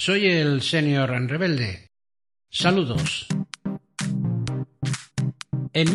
Soy el Senior Rebelde. Saludos. En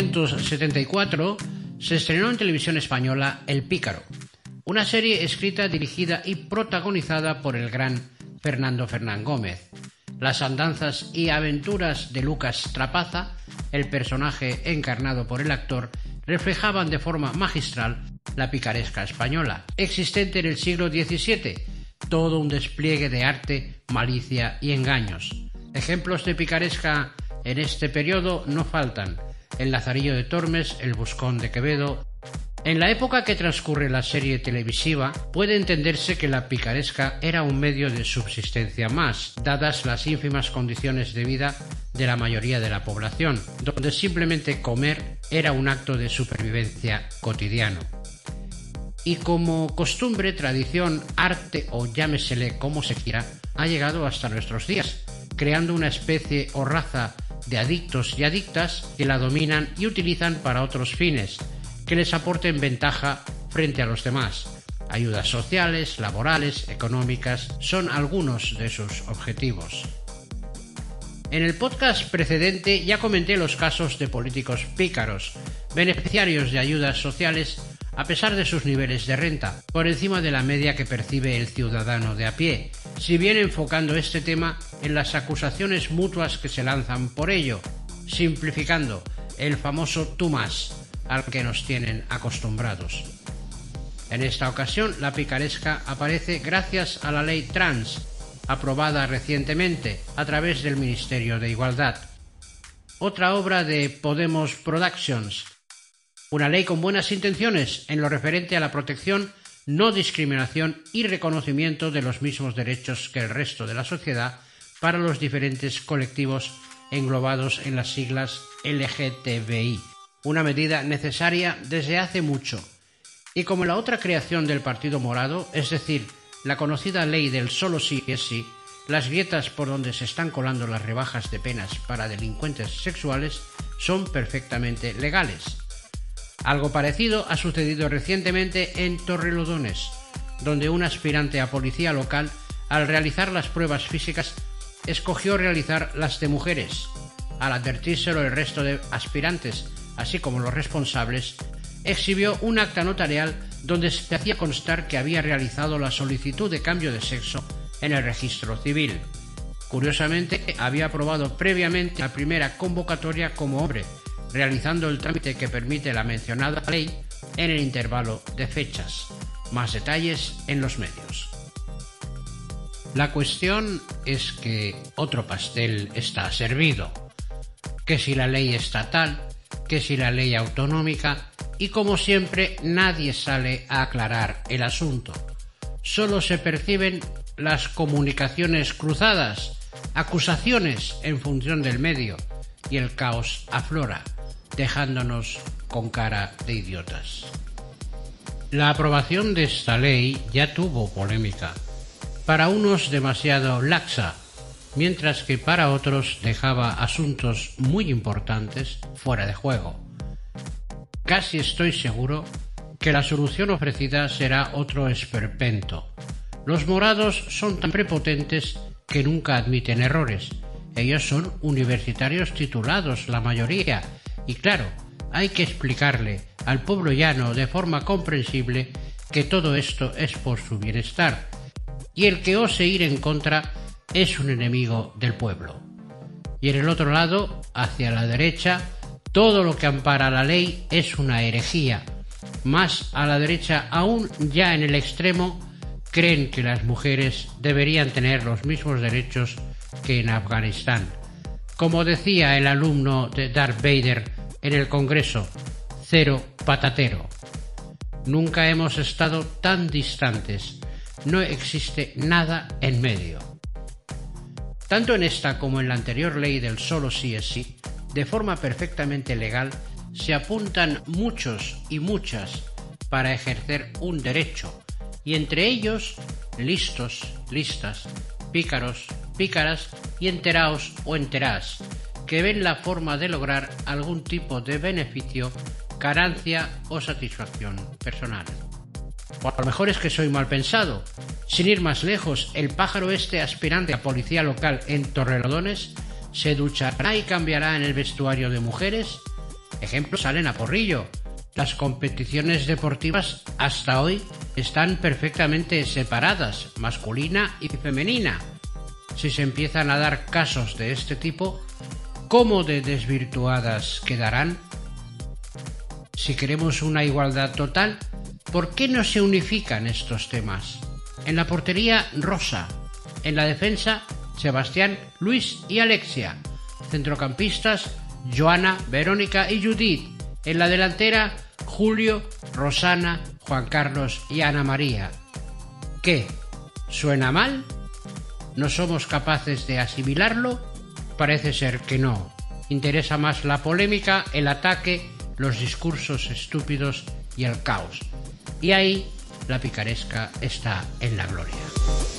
1974 se estrenó en televisión española El Pícaro, una serie escrita, dirigida y protagonizada por el gran Fernando Fernán Gómez. Las andanzas y aventuras de Lucas Trapaza, el personaje encarnado por el actor, reflejaban de forma magistral la picaresca española, existente en el siglo XVII, todo un despliegue de arte, malicia y engaños. Ejemplos de picaresca en este periodo no faltan: El Lazarillo de Tormes, El Buscón de Quevedo. En la época que transcurre la serie televisiva, puede entenderse que la picaresca era un medio de subsistencia más, dadas las ínfimas condiciones de vida de la mayoría de la población, donde simplemente comer era un acto de supervivencia cotidiano. Y como costumbre, tradición, arte o llámesele como se quiera, ha llegado hasta nuestros días, creando una especie o raza de adictos y adictas que la dominan y utilizan para otros fines, que les aporten ventaja frente a los demás. Ayudas sociales, laborales, económicas, son algunos de sus objetivos. En el podcast precedente ya comenté los casos de políticos pícaros, beneficiarios de ayudas sociales a pesar de sus niveles de renta, por encima de la media que percibe el ciudadano de a pie, si bien enfocando este tema en las acusaciones mutuas que se lanzan por ello, simplificando el famoso tú más al que nos tienen acostumbrados. En esta ocasión, la picaresca aparece gracias a la ley trans, aprobada recientemente a través del Ministerio de Igualdad. Otra obra de Podemos Productions, una ley con buenas intenciones en lo referente a la protección, no discriminación y reconocimiento de los mismos derechos que el resto de la sociedad para los diferentes colectivos englobados en las siglas LGTBI. Una medida necesaria desde hace mucho. Y como la otra creación del Partido Morado, es decir, la conocida ley del solo sí es sí, las grietas por donde se están colando las rebajas de penas para delincuentes sexuales son perfectamente legales. Algo parecido ha sucedido recientemente en Torrelodones, donde un aspirante a policía local, al realizar las pruebas físicas, escogió realizar las de mujeres. Al advertírselo el resto de aspirantes, así como los responsables, exhibió un acta notarial donde se hacía constar que había realizado la solicitud de cambio de sexo en el registro civil. Curiosamente, había aprobado previamente la primera convocatoria como hombre, realizando el trámite que permite la mencionada ley en el intervalo de fechas. Más detalles en los medios. La cuestión es que otro pastel está servido. Que si la ley estatal, que si la ley autonómica, y como siempre nadie sale a aclarar el asunto. Solo se perciben las comunicaciones cruzadas, acusaciones en función del medio, y el caos aflora, dejándonos con cara de idiotas. La aprobación de esta ley ya tuvo polémica, para unos demasiado laxa, mientras que para otros dejaba asuntos muy importantes fuera de juego. Casi estoy seguro que la solución ofrecida será otro esperpento. Los morados son tan prepotentes que nunca admiten errores. Ellos son universitarios titulados, la mayoría, y claro, hay que explicarle al pueblo llano de forma comprensible que todo esto es por su bienestar, y el que ose ir en contra es un enemigo del pueblo. Y en el otro lado, hacia la derecha, todo lo que ampara la ley es una herejía. Más a la derecha aún, ya en el extremo, creen que las mujeres deberían tener los mismos derechos que en Afganistán. Como decía el alumno de Darth Vader en el Congreso, cero patatero. Nunca hemos estado tan distantes. No existe nada en medio. Tanto en esta como en la anterior ley del solo sí es sí, de forma perfectamente legal, se apuntan muchos y muchas para ejercer un derecho, y entre ellos listos, listas, pícaros, pícaras y enteraos o enterás, que ven la forma de lograr algún tipo de beneficio, ganancia o satisfacción personal. O a lo mejor es que soy mal pensado. Sin ir más lejos, el pájaro aspirante a policía local en Torrelodones se duchará y cambiará en el vestuario de mujeres. Ejemplos salen a porrillo. Las competiciones deportivas hasta hoy están perfectamente separadas, masculina y femenina. Si se empiezan a dar casos de este tipo, ¿cómo de desvirtuadas quedarán? Si queremos una igualdad total, ¿por qué no se unifican estos temas? En la portería, Rosa. En la defensa, Sebastián, Luis y Alexia. Centrocampistas, Joana, Verónica y Judith. En la delantera, Julio, Rosana, Juan Carlos y Ana María. ¿Qué? ¿Suena mal? ¿No somos capaces de asimilarlo? Parece ser que no. Interesa más la polémica, el ataque, los discursos estúpidos y el caos. Y ahí la picaresca está en la gloria.